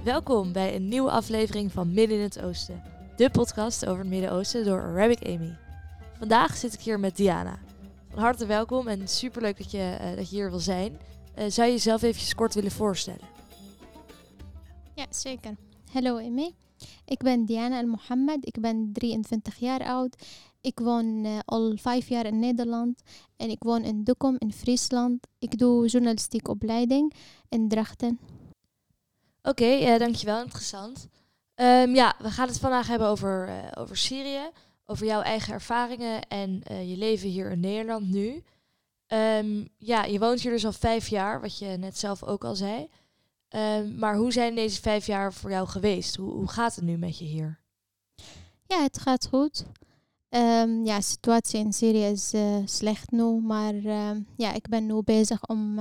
Welkom bij een nieuwe aflevering van Midden in het Oosten. De podcast over het Midden-Oosten door Arabic Amy. Vandaag zit ik hier met Diana. Van harte welkom en superleuk dat je hier wil zijn. Zou je jezelf even kort willen voorstellen? Ja, zeker. Hallo Amy. Ik ben Diana Al-Mohammed. Ik ben 23 jaar oud. Ik woon al 5 jaar in Nederland. En ik woon in Dokkum in Friesland. Ik doe journalistiek opleiding in Drachten. Oké, dankjewel. Interessant. We gaan het vandaag hebben over Syrië. Over jouw eigen ervaringen en je leven hier in Nederland nu. Je woont hier dus al 5 jaar, wat je net zelf ook al zei. Maar hoe zijn deze 5 jaar voor jou geweest? Hoe gaat het nu met je hier? Ja, het gaat goed. De situatie in Syrië is slecht nu. Maar ik ben nu bezig om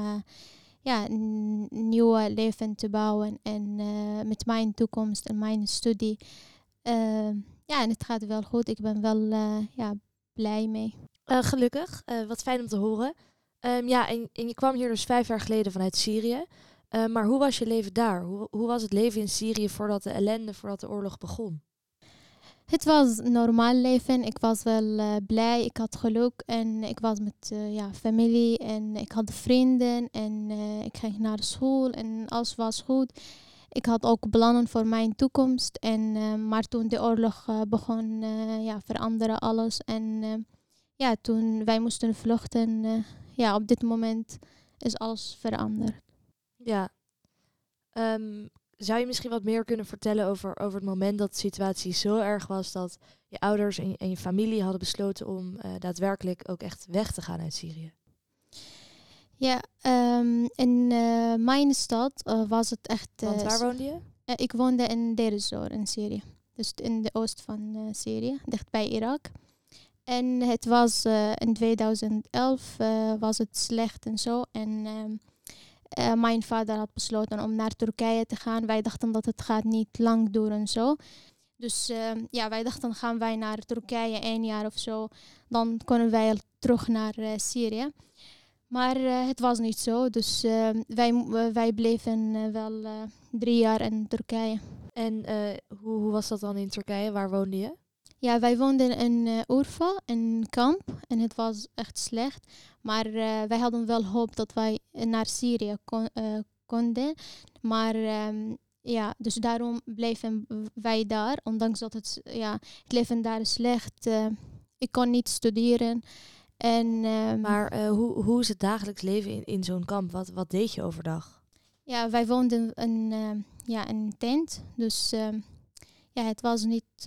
een nieuw leven te bouwen. En met mijn toekomst en mijn studie. En het gaat wel goed. Ik ben wel blij mee. Gelukkig. Wat fijn om te horen. En je kwam hier dus 5 jaar geleden vanuit Syrië. Maar hoe was je leven daar? Hoe was het leven in Syrië voordat de oorlog begon? Het was een normaal leven. Ik was wel blij. Ik had geluk. En ik was met familie. En ik had vrienden. En ik ging naar de school. En alles was goed. Ik had ook plannen voor mijn toekomst. Maar toen de oorlog begon, veranderde alles. En toen wij moesten vluchten. Op dit moment is alles veranderd. Ja. Zou je misschien wat meer kunnen vertellen over het moment dat de situatie zo erg was dat je ouders en je familie hadden besloten om daadwerkelijk ook echt weg te gaan uit Syrië? Ja, in mijn stad was het echt... Want waar woonde je? Ik woonde in Deir ez-Zor in Syrië. Dus in de oost van Syrië, dichtbij Irak. En het was in 2011 was het slecht en zo. En mijn vader had besloten om naar Turkije te gaan. Wij dachten dat het gaat niet lang duren en zo. Dus wij dachten gaan wij naar Turkije 1 jaar of zo. Dan kunnen wij terug naar Syrië. Maar het was niet zo. Dus wij bleven wel 3 jaar in Turkije. En hoe was dat dan in Turkije? Waar woonde je? Ja, wij woonden in Urfa, in een kamp. En het was echt slecht. Maar wij hadden wel hoop dat wij naar Syrië konden. Maar dus daarom bleven wij daar. Ondanks dat het leven daar is slecht. Ik kon niet studeren. Maar hoe is het dagelijks leven in zo'n kamp? Wat deed je overdag? Ja, wij woonden in een tent. Dus het was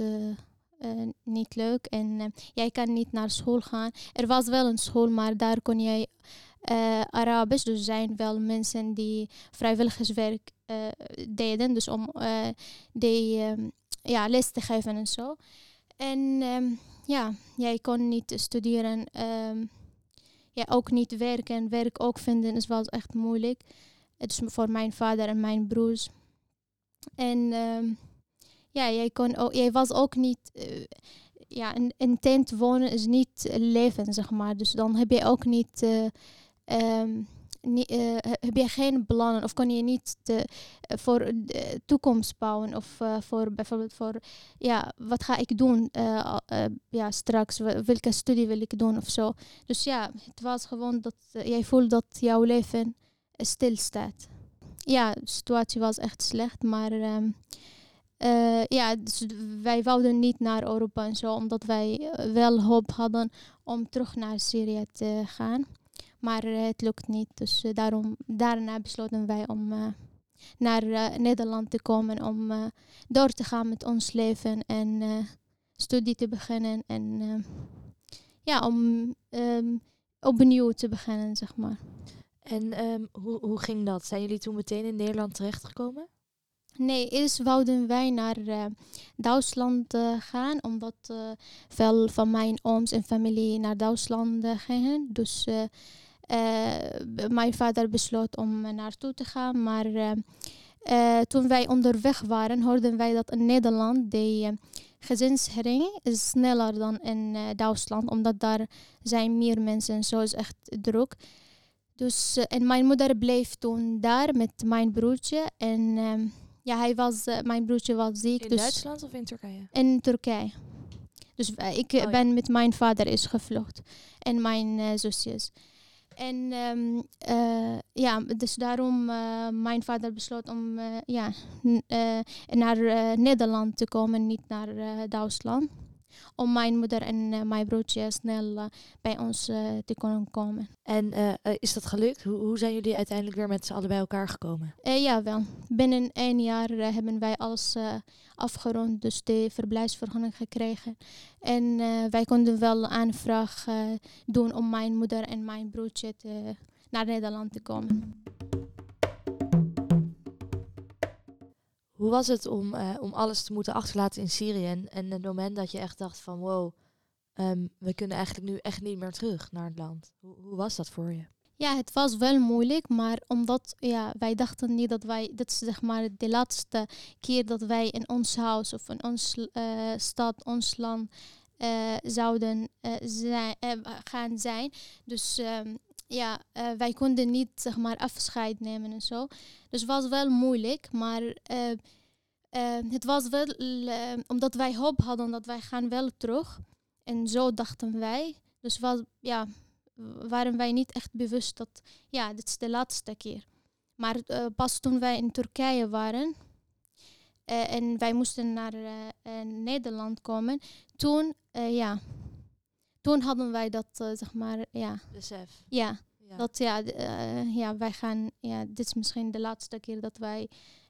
niet leuk. En jij kan niet naar school gaan. Er was wel een school, maar daar kon jij Arabisch. Dus er zijn wel mensen die vrijwilligerswerk deden. Dus om les te geven en zo. En jij kon niet studeren. Ook niet werken. Werk ook vinden is wel echt moeilijk. Het is voor mijn vader en mijn broers. En jij was ook niet... in een tent wonen is niet leven, zeg maar. Dus dan heb je ook niet... heb je geen plannen of kan je niet voor de toekomst bouwen of voor bijvoorbeeld wat ga ik doen straks, welke studie wil ik doen of zo. Dus het was gewoon dat jij voelt dat jouw leven stilstaat. Ja, de situatie was echt slecht, maar dus wij wouden niet naar Europa en zo, omdat wij wel hoop hadden om terug naar Syrië te gaan. Maar het lukt niet, dus daarna besloten wij om naar Nederland te komen, om door te gaan met ons leven en studie te beginnen en om opnieuw te beginnen, zeg maar. En hoe ging dat? Zijn jullie toen meteen in Nederland terechtgekomen? Nee, eerst wouden wij naar Duitsland gaan, omdat veel van mijn ooms en familie naar Duitsland gingen. Dus mijn vader besloot om naartoe te gaan. Maar toen wij onderweg waren, hoorden wij dat in Nederland de gezinshereniging is sneller dan in Duitsland, omdat daar zijn meer mensen en zo is echt druk. Dus, en mijn moeder bleef toen daar met mijn broertje. En Mijn broertje was ziek. In Dus Duitsland of in Turkije? in Turkije. Dus ik ben met mijn vader is gevlucht. En mijn zusjes. En dus daarom mijn vader besloot om naar Nederland te komen, niet naar Duitsland. Om mijn moeder en mijn broertje snel bij ons te kunnen komen. En is dat gelukt? Hoe zijn jullie uiteindelijk weer met z'n allen bij elkaar gekomen? Ja, wel. Binnen 1 jaar hebben wij alles afgerond, dus de verblijfsvergunning gekregen. En wij konden wel aanvraag doen om mijn moeder en mijn broertje naar Nederland te komen. Hoe was het om alles te moeten achterlaten in Syrië? En het moment dat je echt dacht van wow, we kunnen eigenlijk nu echt niet meer terug naar het land. Hoe was dat voor je? Ja, het was wel moeilijk, maar omdat wij dachten niet dat is zeg maar de laatste keer dat wij in ons huis of in ons stad, ons land zouden gaan zijn. Dus wij konden niet zeg maar afscheid nemen en zo. Dus het was wel moeilijk, maar het was wel omdat wij hoop hadden dat wij gaan wel terug. En zo dachten wij. Dus waren wij niet echt bewust dat dit is de laatste keer. Maar pas toen wij in Turkije waren en wij moesten naar Nederland komen, toen hadden wij dat zeg maar Besef. Ja. Dat wij gaan dit is misschien de laatste keer dat wij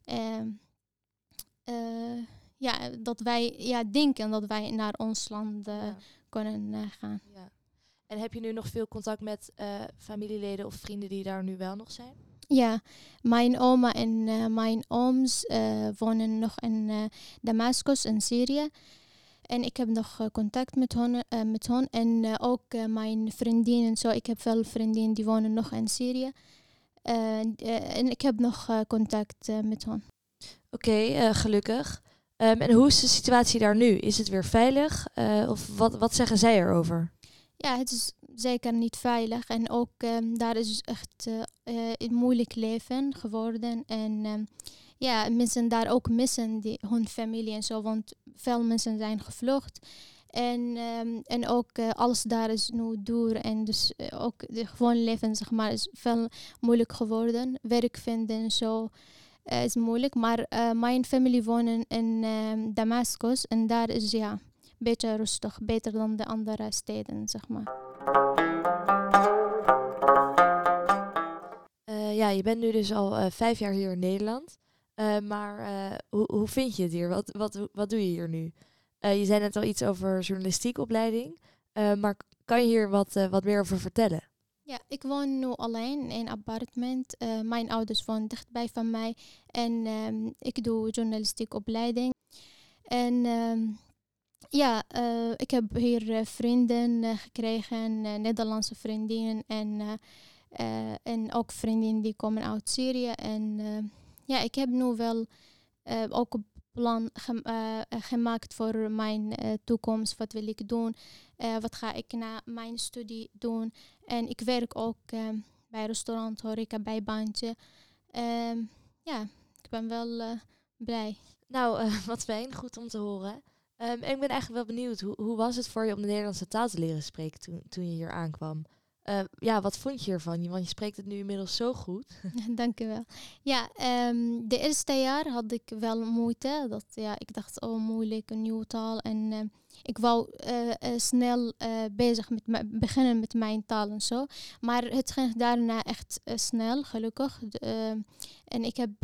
denken dat wij naar ons land kunnen gaan. Ja. En heb je nu nog veel contact met familieleden of vrienden die daar nu wel nog zijn? Ja, mijn oma en mijn ooms wonen nog in Damascus in Syrië. En ik heb nog contact met hen. En ook mijn vriendinnen en zo. Ik heb veel vriendinnen die wonen nog in Syrië. En ik heb nog contact met hen. Oké, gelukkig. En hoe is de situatie daar nu? Is het weer veilig? Of wat zeggen zij erover? Ja, het is zeker niet veilig. En ook daar is echt een moeilijk leven geworden. En mensen daar ook missen hun familie en zo. Want veel mensen zijn gevlucht. En ook alles daar is nu duur. En dus ook de gewone leven zeg maar, is veel moeilijk geworden. Werk vinden en zo is moeilijk. Maar mijn familie woont in Damascus. En daar is een beetje rustig. Beter dan de andere steden, zeg maar. Je bent nu dus al 5 jaar hier in Nederland. Maar hoe vind je het hier? Wat doe je hier nu? Je zei net al iets over journalistieke opleiding. Maar kan je hier wat meer over vertellen? Ja, ik woon nu alleen in een appartement. Mijn ouders wonen dichtbij van mij. En ik doe journalistieke opleiding. En ik heb hier vrienden gekregen. Nederlandse vriendinnen. En ook vriendinnen die komen uit Syrië. En ik heb nu wel ook een plan gemaakt voor mijn toekomst. Wat wil ik doen? Wat ga ik na mijn studie doen? En ik werk ook bij restaurant Horeca, bij Baantje. Ik ben wel blij. Nou, wat fijn. Goed om te horen. Ik ben eigenlijk wel benieuwd. Hoe was het voor je om de Nederlandse taal te leren spreken toen je hier aankwam? Wat vond je ervan? Want je spreekt het nu inmiddels zo goed. Dank u wel. Ja, de eerste jaar had ik wel moeite. Ik dacht, moeilijk, een nieuwe taal. En ik wou snel beginnen met mijn taal en zo. Maar het ging daarna echt snel, gelukkig. En ik heb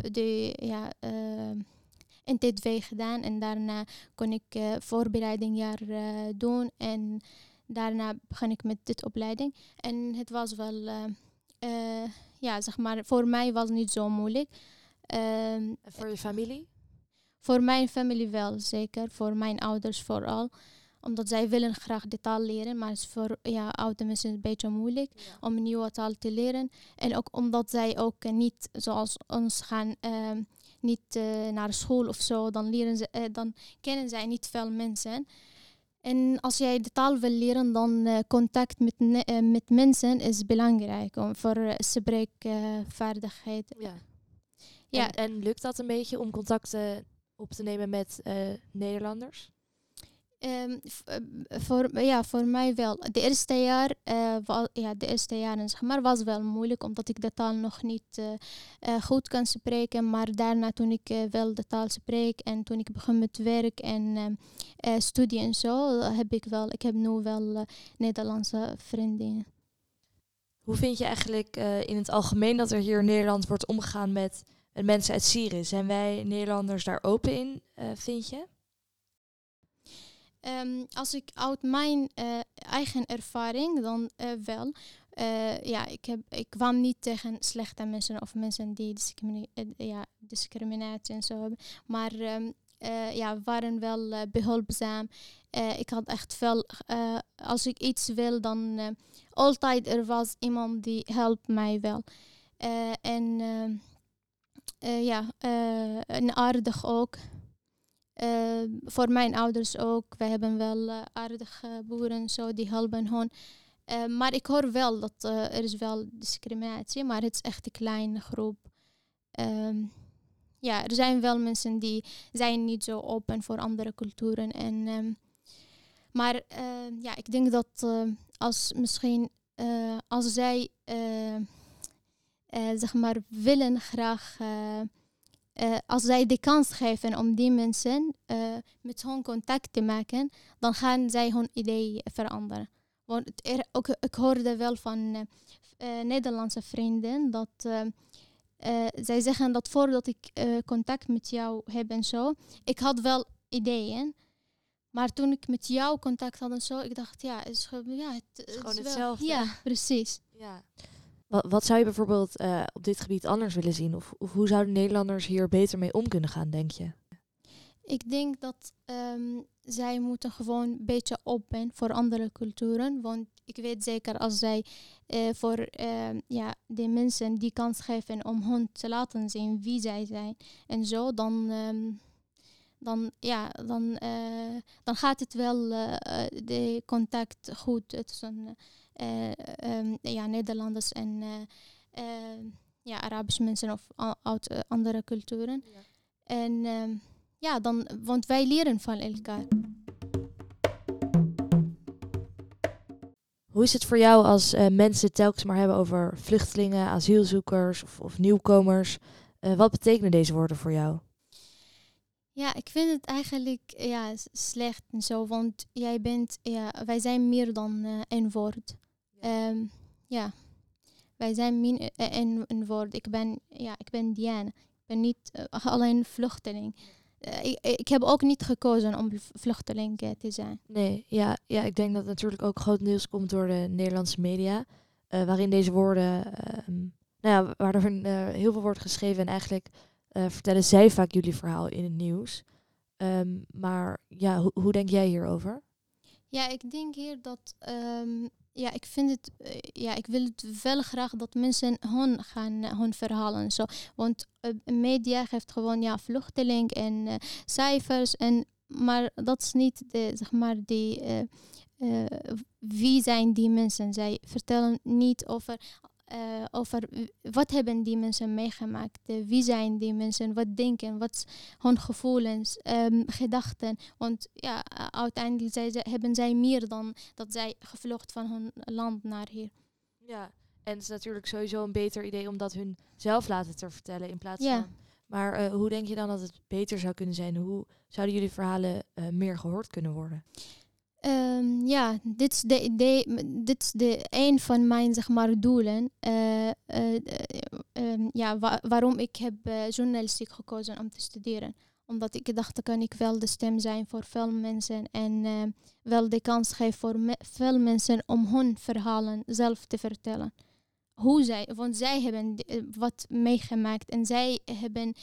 een T2 gedaan. En daarna kon ik voorbereidingjaar doen. En daarna begon ik met dit opleiding. En het was wel, zeg maar, voor mij was het niet zo moeilijk. Voor je familie? Voor mijn familie wel, zeker. Voor mijn ouders vooral. Omdat zij willen graag de taal leren. Maar het is voor oude mensen een beetje moeilijk om een nieuwe taal te leren. En ook omdat zij ook niet zoals ons gaan, niet naar school of zo. Dan kennen zij niet veel mensen. En als jij de taal wil leren, dan contact met mensen is belangrijk voor spreekvaardigheid. Ja. En lukt dat een beetje om contacten op te nemen met Nederlanders? Voor mij wel. De eerste jaren zeg maar, was wel moeilijk, omdat ik de taal nog niet goed kan spreken. Maar daarna, toen ik wel de taal spreek en toen ik begon met werk en studie en zo, ik heb nu wel Nederlandse vriendinnen. Hoe vind je eigenlijk in het algemeen dat er hier in Nederland wordt omgegaan met mensen uit Syrië? Zijn wij Nederlanders daar open in, vind je? Als ik uit mijn eigen ervaring, dan wel. Ik kwam niet tegen slechte mensen of mensen die discriminatie en zo hebben. Maar we waren wel behulpzaam. Ik had echt veel, als ik iets wil, dan altijd er was iemand die helpt mij wel. En aardig ook. Voor mijn ouders ook. We hebben wel aardige boeren, zo, die helpen hun. Maar ik hoor wel dat er is wel discriminatie, maar het is echt een kleine groep. Er zijn wel mensen die zijn niet zo open voor andere culturen. Ik denk dat als zij zeg maar willen graag... als zij de kans geven om die mensen met hun contact te maken, dan gaan zij hun idee veranderen. Want ik hoorde wel van Nederlandse vrienden dat zij zeggen dat voordat ik contact met jou heb en zo, ik had wel ideeën. Maar toen ik met jou contact had en zo, ik dacht, het is gewoon hetzelfde. Ja, precies. Ja. Wat zou je bijvoorbeeld op dit gebied anders willen zien? Of hoe zouden Nederlanders hier beter mee om kunnen gaan, denk je? Ik denk dat zij moeten gewoon een beetje open voor andere culturen. Want ik weet zeker als zij voor de mensen die kans geven om hun te laten zien wie zij zijn en zo, dan gaat het wel de contact goed tussen Nederlanders en Arabische mensen of uit andere culturen. Ja. Want wij leren van elkaar. Hoe is het voor jou als mensen het telkens maar hebben over vluchtelingen, asielzoekers of nieuwkomers? Wat betekenen deze woorden voor jou? Ja, ik vind het eigenlijk slecht en zo, want wij zijn meer dan een woord. Wij zijn meer een woord. Ik ben Diana. Ik ben niet alleen vluchteling. Ik heb ook niet gekozen om vluchteling te zijn. Nee, ik denk dat het natuurlijk ook grotendeels komt door de Nederlandse media, waarin deze woorden, waar er heel veel wordt geschreven en eigenlijk vertellen zij vaak jullie verhaal in het nieuws. Maar ja, hoe denk jij hierover? Ja, ik denk hier dat... ik vind het... ik wil het wel graag dat mensen hun verhalen zo. Want media geeft gewoon vluchteling en cijfers. Maar dat is niet wie zijn die mensen. Zij vertellen niet over wat hebben die mensen meegemaakt. Wie zijn die mensen? Wat denken? Wat hun gevoelens, gedachten? Want uiteindelijk hebben zij meer dan dat zij gevlucht van hun land naar hier. Ja, en het is natuurlijk sowieso een beter idee om dat hun zelf laten te vertellen in plaats van... Maar hoe denk je dan dat het beter zou kunnen zijn? Hoe zouden jullie verhalen meer gehoord kunnen worden? Dit is een van mijn doelen. Waarom ik heb journalistiek gekozen om te studeren. Omdat ik dacht, kan ik wel de stem zijn voor veel mensen. En wel de kans geven voor veel mensen om hun verhalen zelf te vertellen. Want zij hebben wat meegemaakt. En zij hebben,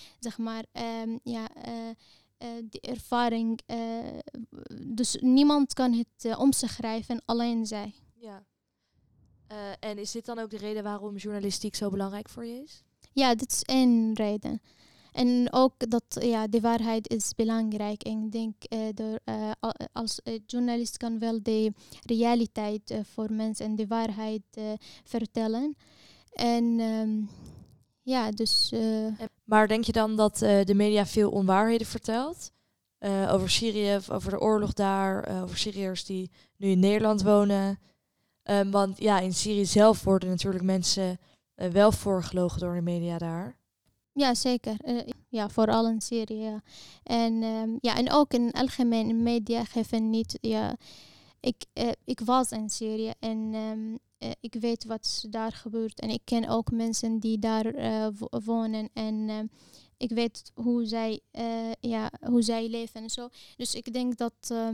de ervaring. Dus niemand kan het om zich schrijven, alleen zij. Ja. En is dit dan ook de reden waarom journalistiek zo belangrijk voor je is? Ja, dat is één reden. En ook dat de waarheid is belangrijk. En ik denk als journalist kan wel de realiteit voor mensen en de waarheid vertellen. En Maar denk je dan dat de media veel onwaarheden vertelt? Over Syrië, of over de oorlog daar, over Syriërs die nu in Nederland wonen. Want ja, in Syrië zelf worden natuurlijk mensen wel voorgelogen door de media daar. Ja, zeker. Ja, vooral in Syrië. Ja. En ook in algemeen in media geven niet. Ja, ik was in Syrië en ik weet wat daar gebeurt. En ik ken ook mensen die daar wonen. En ik weet hoe zij leven en zo. Dus ik denk dat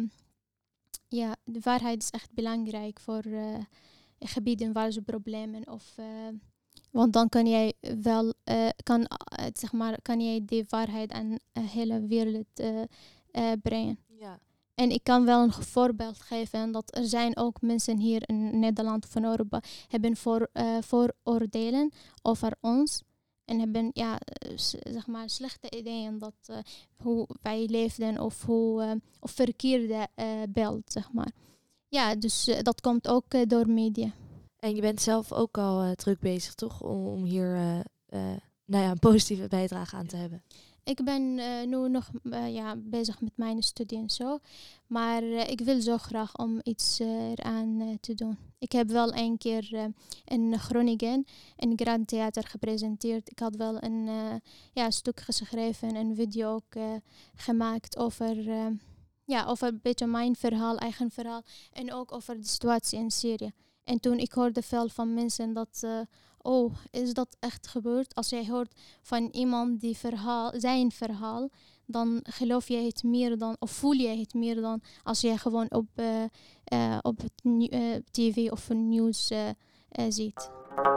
de waarheid is echt belangrijk voor gebieden waar ze problemen want dan kan jij wel kan jij die waarheid aan de hele wereld brengen. Ja. En ik kan wel een voorbeeld geven dat er zijn ook mensen hier in Nederland of in Europa hebben vooroordelen over ons. En hebben slechte ideeën dat hoe wij leefden of of verkeerde beeld, zeg maar. Ja, dus dat komt ook door media. En je bent zelf ook al druk bezig, toch? Om hier een positieve bijdrage aan te hebben. Ik ben nu nog bezig met mijn studie en zo. Maar ik wil zo graag om iets eraan te doen. Ik heb wel een keer in Groningen een Grand Theater gepresenteerd. Ik had wel een stuk geschreven en een video ook gemaakt over een beetje mijn verhaal, eigen verhaal. En ook over de situatie in Syrië. En toen ik hoorde veel van mensen dat... is dat echt gebeurd? Als jij hoort van iemand die zijn verhaal, dan geloof je het meer dan, of voel je het meer dan als je gewoon op het tv of het nieuws ziet.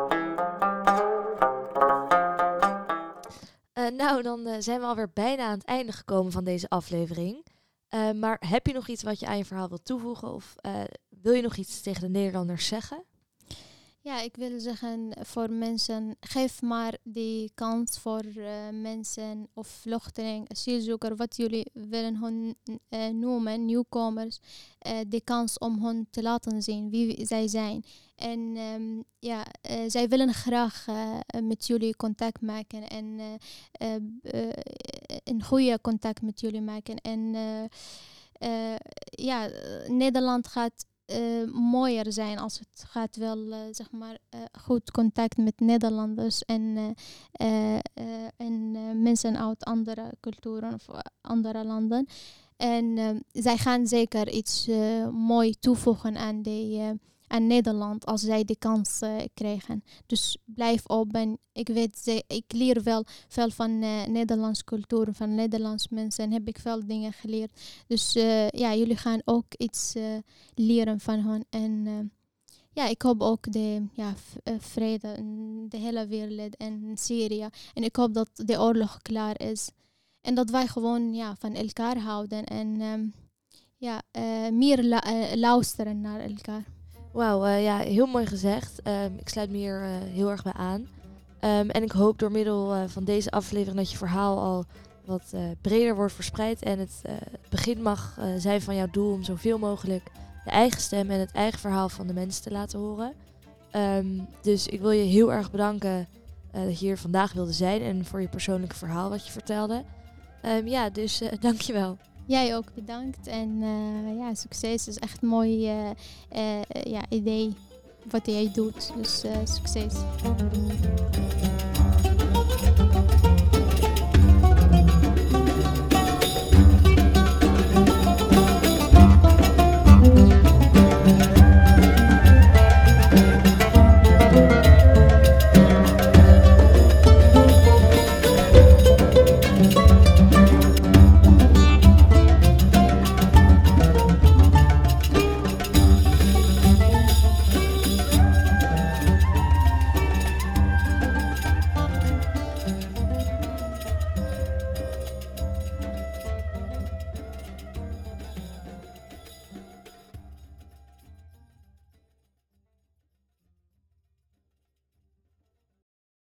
Dan zijn we alweer bijna aan het einde gekomen van deze aflevering. Maar heb je nog iets wat je aan je verhaal wilt toevoegen? Of wil je nog iets tegen de Nederlanders zeggen? Ja, ik wil zeggen voor mensen, geef maar die kans voor mensen of vluchteling, asielzoeker, wat jullie willen hun noemen, nieuwkomers, de kans om hun te laten zien wie zij zijn. En zij willen graag met jullie contact maken en een goede contact met jullie maken. En Nederland gaat mooier zijn als het gaat wel goed contact met Nederlanders en mensen uit andere culturen of andere landen. En zij gaan zeker iets mooi toevoegen aan Nederland als zij de kans krijgen. Dus blijf open. Ik leer wel veel van Nederlandse cultuur, van Nederlandse mensen en heb ik veel dingen geleerd. Dus jullie gaan ook iets leren van hen. En ik hoop ook de vrede in de hele wereld en in Syrië. En ik hoop dat de oorlog klaar is. En dat wij gewoon van elkaar houden en meer luisteren naar elkaar. Wauw, heel mooi gezegd. Ik sluit me hier heel erg bij aan. En ik hoop door middel van deze aflevering dat je verhaal al wat breder wordt verspreid. En het begin mag zijn van jouw doel om zoveel mogelijk de eigen stem en het eigen verhaal van de mensen te laten horen. Dus ik wil je heel erg bedanken dat je hier vandaag wilde zijn en voor je persoonlijke verhaal wat je vertelde. Dus dankjewel. Jij ook bedankt en succes. Het is echt een mooi idee wat jij doet. Dus succes.